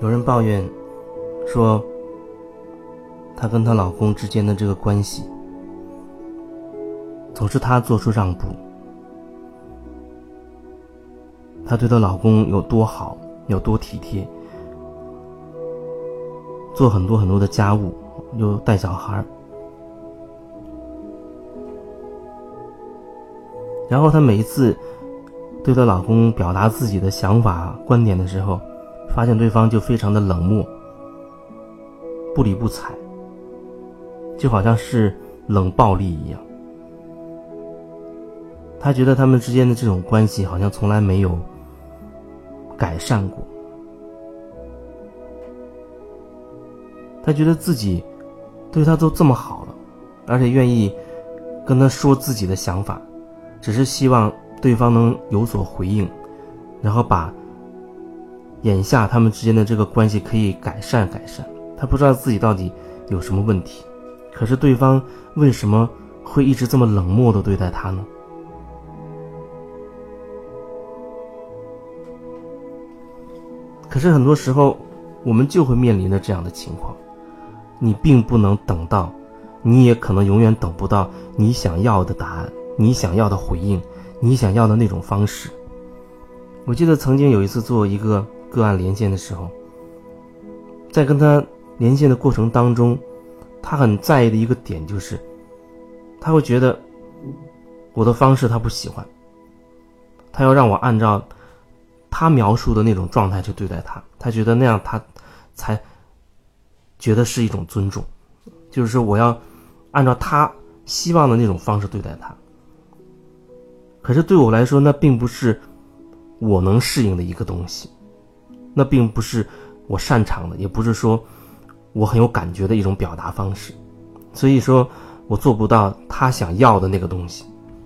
有人抱怨说，她跟她老公之间的这个关系，总是她做出让步。她对她老公有多好，有多体贴，做很多很多的家务，又带小孩。然后她每一次对她老公表达自己的想法观点的时候，发现对方就非常的冷漠，不理不睬，就好像是冷暴力一样。她觉得他们之间的这种关系好像从来没有改善过。她觉得自己对他都这么好了，而且愿意跟他说自己的想法，只是希望对方能有所回应，然后把眼下他们之间的这个关系可以改善。她不知道自己到底有什么问题，可是对方为什么会一直这么冷漠地对待她呢？可是很多时候我们就会面临着这样的情况，你并不能等到，你也可能永远等不到你想要的答案，你想要的回应，你想要的那种方式。我记得曾经有一次做一个个案连线的时候，在跟他连线的过程当中，他很在意的一个点就是，他会觉得我的方式他不喜欢，他要让我按照他描述的那种状态去对待他，他觉得那样他才觉得是一种尊重，就是说我要按照他希望的那种方式对待他。可是对我来说，那并不是我能适应的一个东西，那并不是我擅长的，也不是说我很有感觉的一种表达方式，所以说我做不到他想要的那个东西。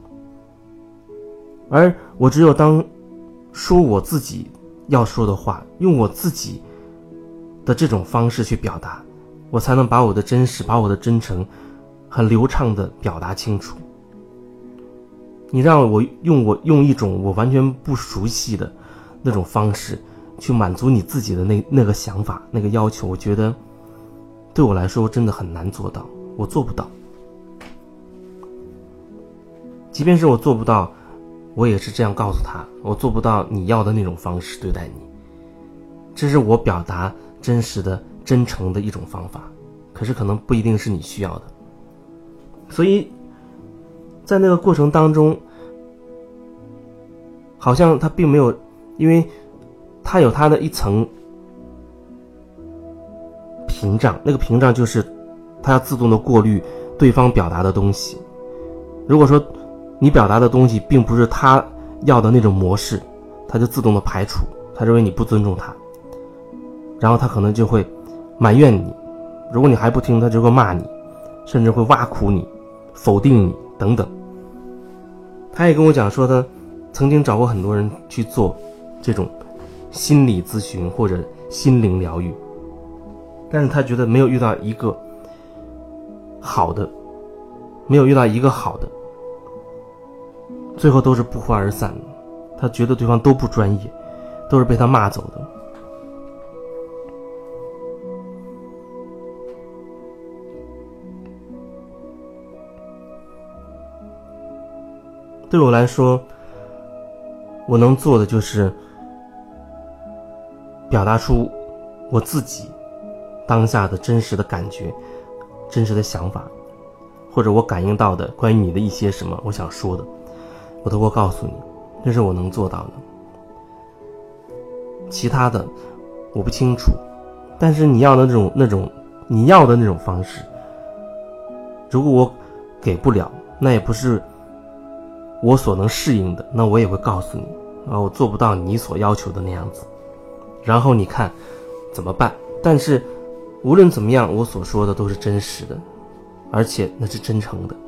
而我只有当说我自己要说的话，用我自己的这种方式去表达，我才能把我的真实，把我的真诚很流畅地表达清楚。你让我用一种我完全不熟悉的那种方式去满足你自己的那个想法，那个要求，我觉得对我来说真的很难做到，我做不到。即便是我做不到，我也是这样告诉他，我做不到你要的那种方式对待你，这是我表达真实的真诚的一种方法，可是可能不一定是你需要的。所以在那个过程当中，好像他并没有，因为他有他的一层屏障，那个屏障就是他要自动的过滤对方表达的东西。如果说你表达的东西并不是他要的那种模式，他就自动的排除，他认为你不尊重他，然后他可能就会埋怨你，如果你还不听，他就会骂你，甚至会挖苦你，否定你等等。他也跟我讲说，他曾经找过很多人去做这种心理咨询或者心灵疗愈，但是他觉得没有遇到一个好的，最后都是不欢而散的。他觉得对方都不专业，都是被他骂走的。对我来说，我能做的就是表达出我自己当下的真实的感觉，真实的想法，或者我感应到的关于你的一些什么我想说的，我都会告诉你，这是我能做到的。其他的我不清楚，但是你要的你要的那种方式，如果我给不了，那也不是我所能适应的，那我也会告诉你我做不到你所要求的那样子，然后你看怎么办。但是无论怎么样，我所说的都是真实的，而且那是真诚的。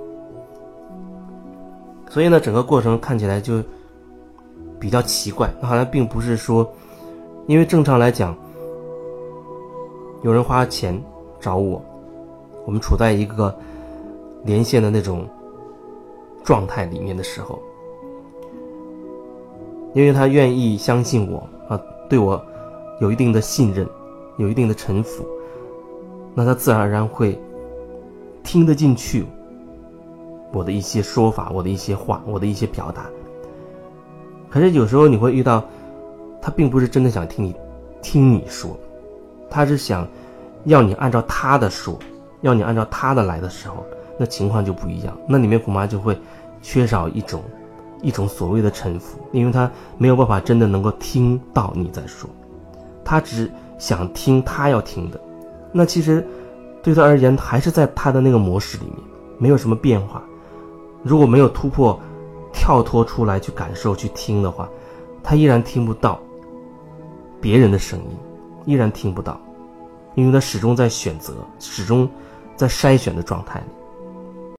所以呢，整个过程看起来就比较奇怪，好像并不是说，因为正常来讲，有人花钱找我，我们处在一个连线的那种状态里面的时候，因为他愿意相信我对我有一定的信任，有一定的臣服，那他自然而然会听得进去我的一些说法，我的一些话，我的一些表达。可是有时候你会遇到他并不是真的想听你说，他是想要你按照他的说，要你按照他的来的时候，那情况就不一样，那里面恐怕就会缺少一种所谓的臣服，因为他没有办法真的能够听到你在说，他只想听他要听的，那其实对他而言还是在他的那个模式里面，没有什么变化。如果没有突破跳脱出来去感受去听的话，他依然听不到别人的声音，因为他始终在选择，始终在筛选的状态里。